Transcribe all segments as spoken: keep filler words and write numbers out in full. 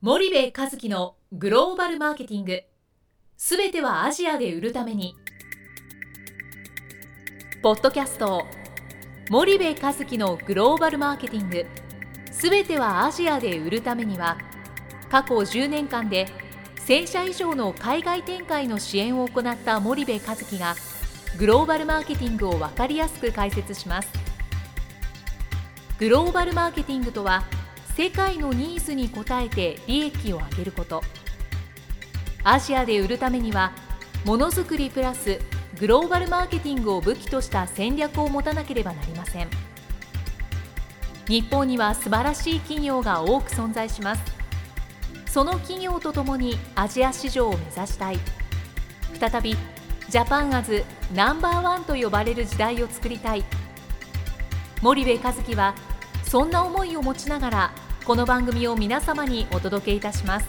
森部一樹のグローバルマーケティング、すべてはアジアで売るために。ポッドキャスト森部一樹のグローバルマーケティング、すべてはアジアで売るためには、過去じゅうねんかんでせんしゃ以上の海外展開の支援を行った森部一樹がグローバルマーケティングを分かりやすく解説します。グローバルマーケティングとは、世界のニーズに応えて利益を上げること。アジアで売るためには、ものづくりプラスグローバルマーケティングを武器とした戦略を持たなければなりません。日本には素晴らしい企業が多く存在します。その企業とともにアジア市場を目指したい。再びジャパンアズナンバーワンと呼ばれる時代を作りたい。森部一樹はそんな思いを持ちながら、この番組を皆様にお届けいたします。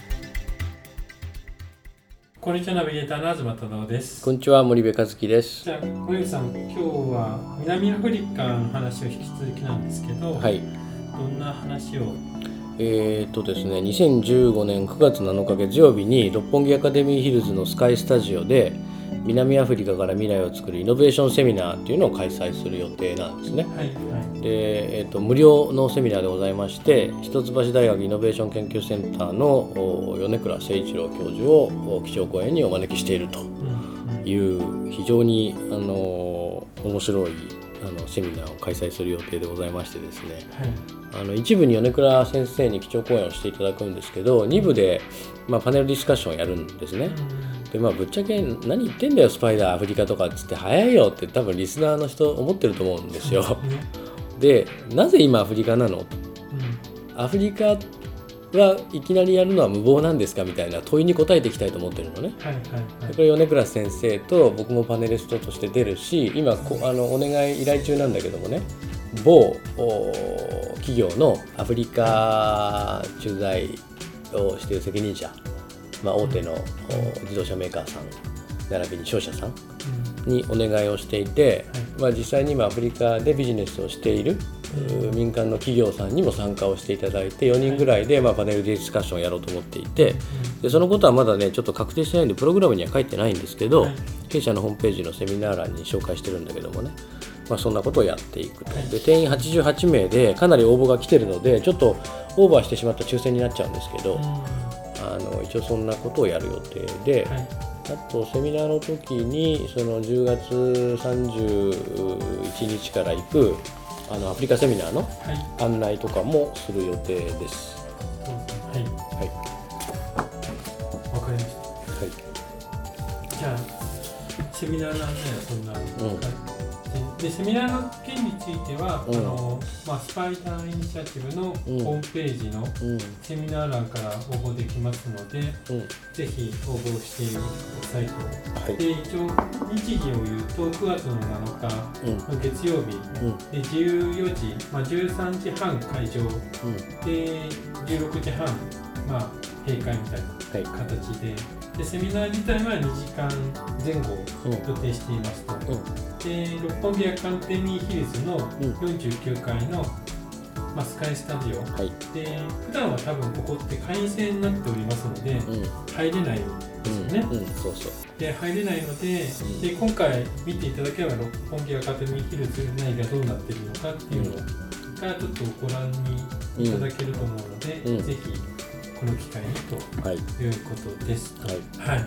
こんにちは、ナビゲーターの東忠夫です。 こんにちは、森部一樹です。 じゃあ森部さん、今日は南アフリカの話を引き続きなんですけど、 はい、 どんな話を？ えーとですね、にせんじゅうごねんくがつなのか月曜日に六本木アカデミーヒルズのスカイスタジオで南アフリカから未来を作るイノベーションセミナーというのを開催する予定なんですね。 はいはい、 で、えーと、無料のセミナーでございまして、一橋大学イノベーション研究センターの米倉誠一郎教授を基調講演にお招きしているという非常にあの面白いあのセミナーを開催する予定でございましてですね、はい、あの一部に米倉先生に基調講演をしていただくんですけど、二部で、まあ、パネルディスカッションをやるんですね。で、まあ、ぶっちゃけ何言ってんだよスパイダーアフリカとかっつって早いよって多分リスナーの人思ってると思うんですよ。で、なぜ今アフリカなの、うん、アフリカはいきなりやるのは無謀なんですかみたいな問いに答えていきたいと思ってるのね。はいはいはい、これ米倉先生と僕もパネリストとして出るし、今こあのお願い依頼中なんだけどもね、某企業のアフリカ駐在をしている責任者、まあ、大手の自動車メーカーさん並びに商社さんにお願いをしていて、まあ、実際に今アフリカでビジネスをしている民間の企業さんにも参加をしていただいて、よにんぐらいでまあパネルディスカッションをやろうと思っていて、でそのことはまだねちょっと確定してないんでプログラムには書いてないんですけど、弊社のホームページのセミナー欄に紹介してるんだけどもね、まあ、そんなことをやっていくと。で定員はちじゅうはちめいでかなり応募が来てるので、ちょっとオーバーしてしまった抽選になっちゃうんですけど、あの一応そんなことをやる予定で、はい、あとセミナーの時にそのじゅうがつさんじゅういちにちから行くあのアフリカセミナーの案内とかもする予定です。 はい、はい、わかりました。はい、じゃあセミナーの案内はそんな、うん、でセミナーの件については、うん、あのまあ、スパイダーイニシアチブのホームページのセミナー欄から応募できますので、うん、ぜひ応募してくださいと。はい、で一応日時を言うとくがつのなのかの月曜日、うん、でじゅうよじ、まあ、じゅうさんじはん会場、うん、でじゅうろくじはん、まあ、閉会みたいな形で、はい、でセミナー自体はにじかんぜん後予定していますと。うんうん、で六本木アカデミーヒルズのよんじゅうきゅうかいの、まあ、スカイスタジオ、はい、で普段は多分ここって会員制になっておりますので、うん、入れないですよね。うんうん、そうそうで入れないので、うん、で今回見ていただければ六本木アカデミーヒルズ内がどうなっているのかっていうのがちょっとご覧にいただけると思うので、うんうん、ぜひこの機会にということです。はい、はいはい、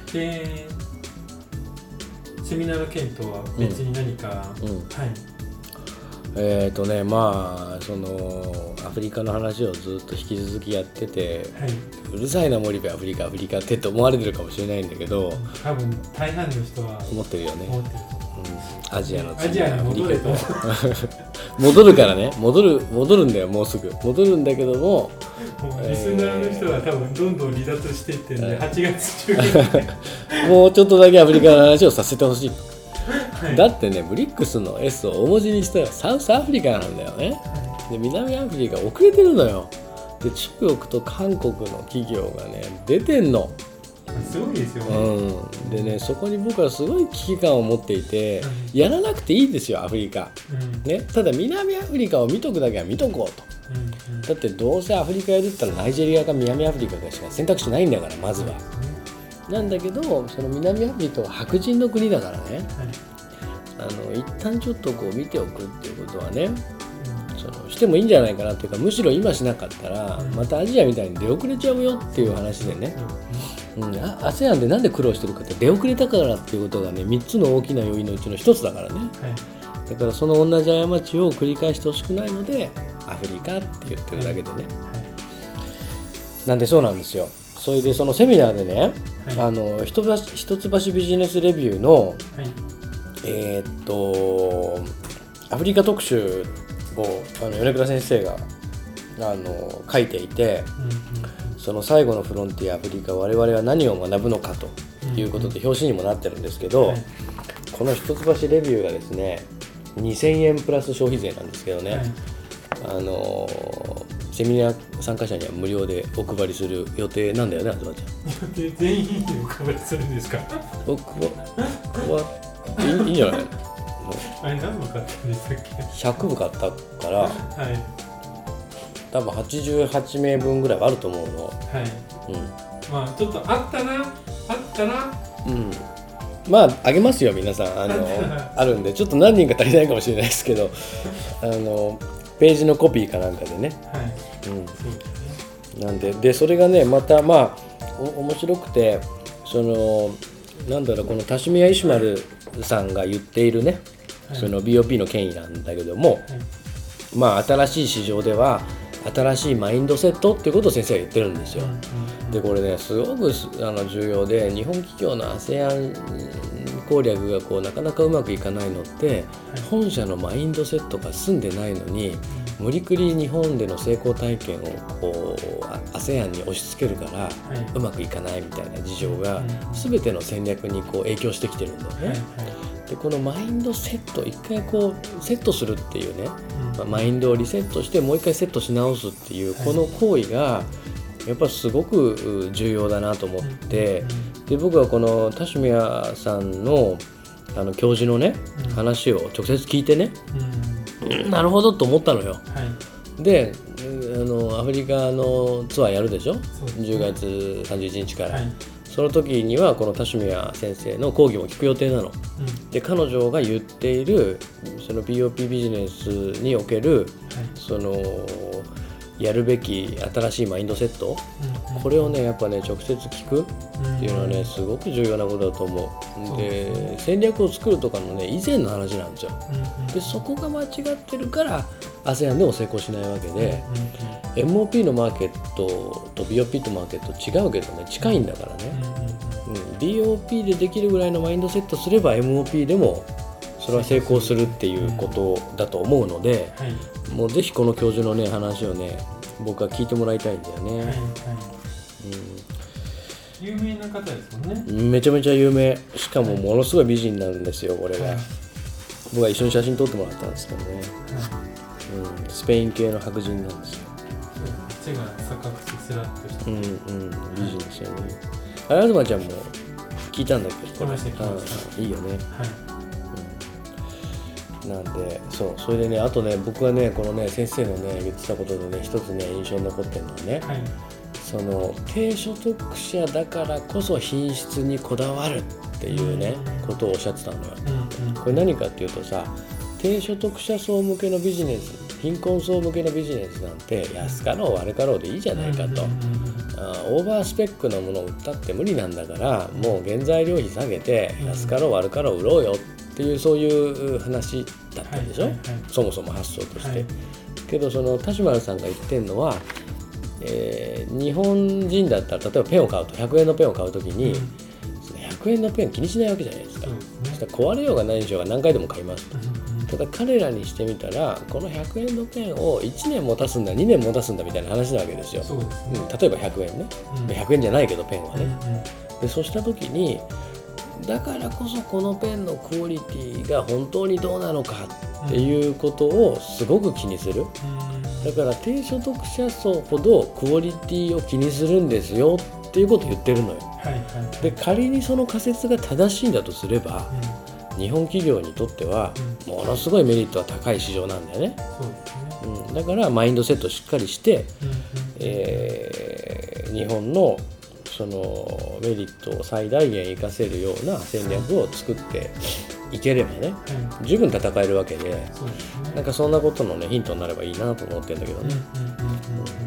でセミナーの件とは別に何か、うんうん、はい、 えーとねまあそのアフリカの話をずっと引き続きやってて、はい、うるさいな森部アフリカアフリカってと思われてるかもしれないんだけど、 多分大半の人は思ってるよね。 思ってる、 うん、アジアのアジアに戻れと戻るからね、戻る戻るんだよ、もうすぐ戻るんだけども、 もうリスナーの人は多分どんどん離脱していってんで、はちがつ中にもうちょっとだけアフリカの話をさせてほしい、はい、だってねブリックスの S を大文字にしたらサウスアフリカなんだよね。はい、で南アフリカ遅れてるのよ。で中国と韓国の企業がね出てんの。 すごいですよね、 うん、でねそこに僕はすごい危機感を持っていて、うん、やらなくていいですよアフリカ、うんね、ただ南アフリカを見とくだけは見とこうと、うんうん、だってどうせアフリカやるって言ったらナイジェリアか南アフリカかしか選択肢ないんだからまずは、うん、なんだけどその南アフリカは白人の国だからね、はい、あの一旦ちょっとこう見ておくっていうことはね、そのしてもいいんじゃないかなというか、むしろ今しなかったらまたアジアみたいに出遅れちゃうよっていう話でね、うん、アセアンでなんで苦労してるかって出遅れたからっていうことがねみっつの大きな要因のうちのひとつだからね、はい、だからその同じ過ちを繰り返してほしくないのでアフリカって言ってるだけでね、はいはい、なんでそうなんですよ。それでそのセミナーでね、はい、あの一橋、一橋ビジネスレビューの、はい、えー、っとアフリカ特集をあの米倉先生があの書いていて、うんうん、その最後のフロンティアアフリカ我々は何を学ぶのかということで表紙にもなってるんですけど、うんうん、この一橋レビューがですねにせんえんプラス消費税なんですけどね、はい、あのセミナー参加者には無料でお配りする予定なんだよね、あずまちゃん。 全員にお配りするんですか？ 僕はいい、いいんじゃないの？ あれ何部買ったんでしたっけ？ ひゃくぶ買ったから、はい、多分はちじゅうはちめいぶんぐらいはあると思うの。はい。うん。まあちょっとあったな、あったな。 うん。まああげますよ皆さん、あのあるんでちょっと何人か足りないかもしれないですけど、あのページのコピーかなんかでね。はい。うん。そうですね。なんででそれがねまたまあお面白くて、そのなんだろうこのタシミヤ・イシュマルさんが言っているね。その ビーオーピー の権威なんだけども、はい、まあ新しい市場では新しいマインドセットっていうことを先生は言ってるんですよ、うんうん、でこれねすごくあの重要で、日本企業の アセアン 攻略がこうなかなかうまくいかないのって、はい、本社のマインドセットが済んでないのに、うん、無理くり日本での成功体験をこう アセアン に押し付けるから、はい、うまくいかないみたいな事情が全ての戦略にこう影響してきてるんだよね、はいはい、でこのマインドセット一回こうセットするっていうね、うんまあ、マインドをリセットしてもう一回セットし直すっていうこの行為がやっぱすごく重要だなと思って、で僕はこのタシミヤさんのあの教授のね、うん、話を直接聞いてね、うん、なるほどと思ったのよ、はい、であのアフリカのツアーやるでしょ、じゅうがつさんじゅういちにちから、はい、その時にはこのタシミヤ先生の講義も聞く予定なの、うん、で彼女が言っているその ビーオーピー ビジネスにおける、はい、そのやるべき新しいマインドセット、うん、これをねやっぱね直接聞くっていうのはねすごく重要なことだと思う、うん、で戦略を作るとかのね以前の話なんですよ、うん、でそこが間違ってるから アセアン でも成功しないわけで、うん、エムオーピー のマーケットと ビーオーピー とマーケット違うけどね近いんだからね、うんうん、ビーオーピー でできるぐらいのマインドセットすれば エムオーピー でもそれは成功するっていうことだと思うので、はい、もうぜひこの教授のね話をね僕は聞いてもらいたいんだよね、はいはい、 うん、有名な方ですもんね。 めちゃめちゃ有名、しかもものすごい美人なんですよこれが、はい、僕は一緒に写真撮ってもらったんですけどね、はい、うん、スペイン系の白人なんですよ。 背が高くてスラッとして、 うんうん、美人ですよね、はい、あやずまちゃんも聞いたんだけど、 これいいよね、はい、なんでそうそれでねあとね僕はねこのね先生のね言ってたことでね一つね印象に残ってるのはね、はい、その低所得者だからこそ品質にこだわるっていうね、うん、ことをおっしゃってたのよ、うんうん、これ何かっていうとさ、低所得者層向けのビジネス、貧困層向けのビジネスなんて安かろう悪かろうでいいじゃないかと、あオーバースペックなものを売ったって無理なんだからもう原材料費下げて安かろう悪かろう売ろうよっていうそういう話だったんでしょ、はいはいはい、そもそも発想として、はい、けどそのタシマルさんが言ってるのは、えー、日本人だったら例えばペンを買うとひゃくえんのペンを買うときに、うん、ひゃくえんのペン気にしないわけじゃないですか、うん、そしたら壊れようがないにしようが何回でも買いますと、うん、ただ彼らにしてみたらこのひゃくえんのペンをいちねん持たすんだにねん持たすんだみたいな話なわけですよ。そうですね、うん、例えばひゃくえんね、うん、ひゃくえんじゃないけどペンはね、うんうん、でそうした時にだからこそこのペンのクオリティが本当にどうなのかっていうことをすごく気にする、うん、だから低所得者層ほどクオリティを気にするんですよっていうことを言ってるのよ。 はいはい、 で仮にその仮説が正しいんだとすれば、うん、日本企業にとってはものすごいメリットは高い市場なんだよね。そうですね、うん、だからマインドセットをしっかりして、うんうんえー、日本のそのメリットを最大限活かせるような戦略を作っていければね、うん、十分戦えるわけで、そうですね、なんかそんなことの、ね、ヒントになればいいなと思ってるんだけどね。うんうんうんうん、了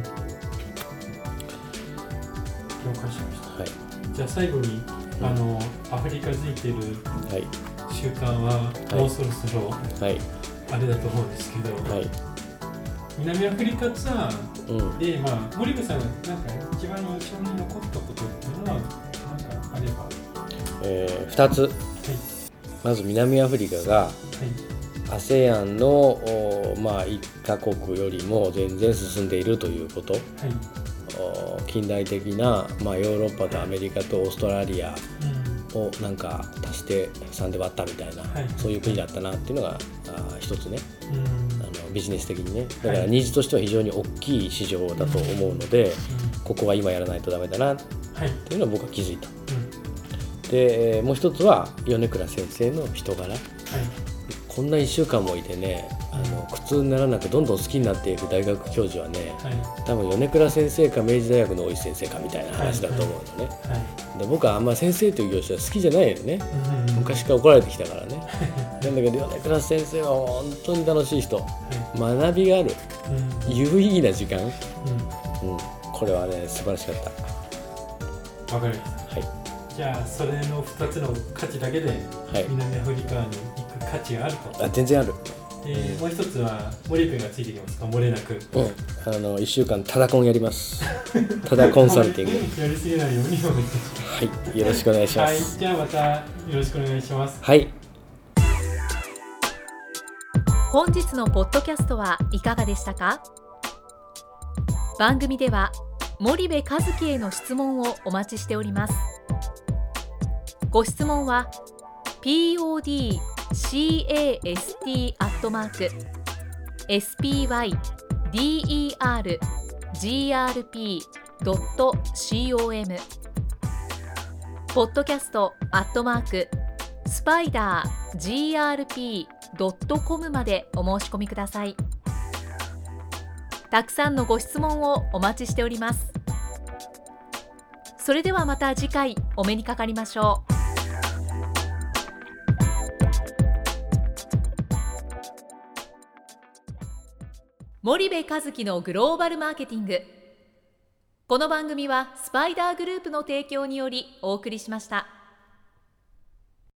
解しました。はい、じゃあ最後に、うん、あのアフリカ付いてる習慣はもうそろそろ、はい、あれだと思うんですけど、はい、南アフリカツアーで、うん、まあ、森部さんがなんか一番印象に残ったことっていうのは何かあれば、 えー、ふたつ、はい、まず南アフリカが、はい、アセアン の、まあ、いっかこくよりも全然進んでいるということ、はい、近代的な、まあ、ヨーロッパとアメリカとオーストラリアをなんか足してさんで割ったみたいな、はい、そういう国だったなっていうのが一つね、うん、あのビジネス的にね、だからニーズとしては非常に大きい市場だと思うので、はい、ここは今やらないとダメだなっていうのは僕は気づいた、はい、でもう一つは米倉先生の人柄、はい、こんないっしゅうかんもいてね、あの苦痛にならなくどんどん好きになっていく大学教授はね、はい、多分米倉先生か明治大学の大石先生かみたいな話だと思うのね、はいはい、で僕はあんま先生という業種は好きじゃないよね、うん、昔から怒られてきたからねなんだけど米倉先生は本当に楽しい人、はい、学びがある、うん、有意義な時間、うんうん、これはね素晴らしかった。 わかりました、はい、じゃあそれのふたつの価値だけで南アフリカに行く価値があると。 あ、全然ある。 えー、もう一つは森君がついてきますか、漏れなく。 うん、あのいっしゅうかんタダコンやりますタダコンサルティングやりすぎないようにお願いします。 はい、よろしくお願いします。はい、 じゃあまたよろしくお願いします。 はい。 本日のポッドキャストはいかがでしたか。番組では森部一樹への質問をお待ちしております。ご質問は ピーオーディーキャスト アットマーク エスピーワイディーイーアールジーアールピー ドット コム ポッドキャストアットマークスパイダー ジーアールピー ドット コム までお申し込みください。たくさんのご質問をお待ちしております。それではまた次回お目にかかりましょう。森部一樹のグローバルマーケティング。この番組はスパイダーグループの提供によりお送りしました。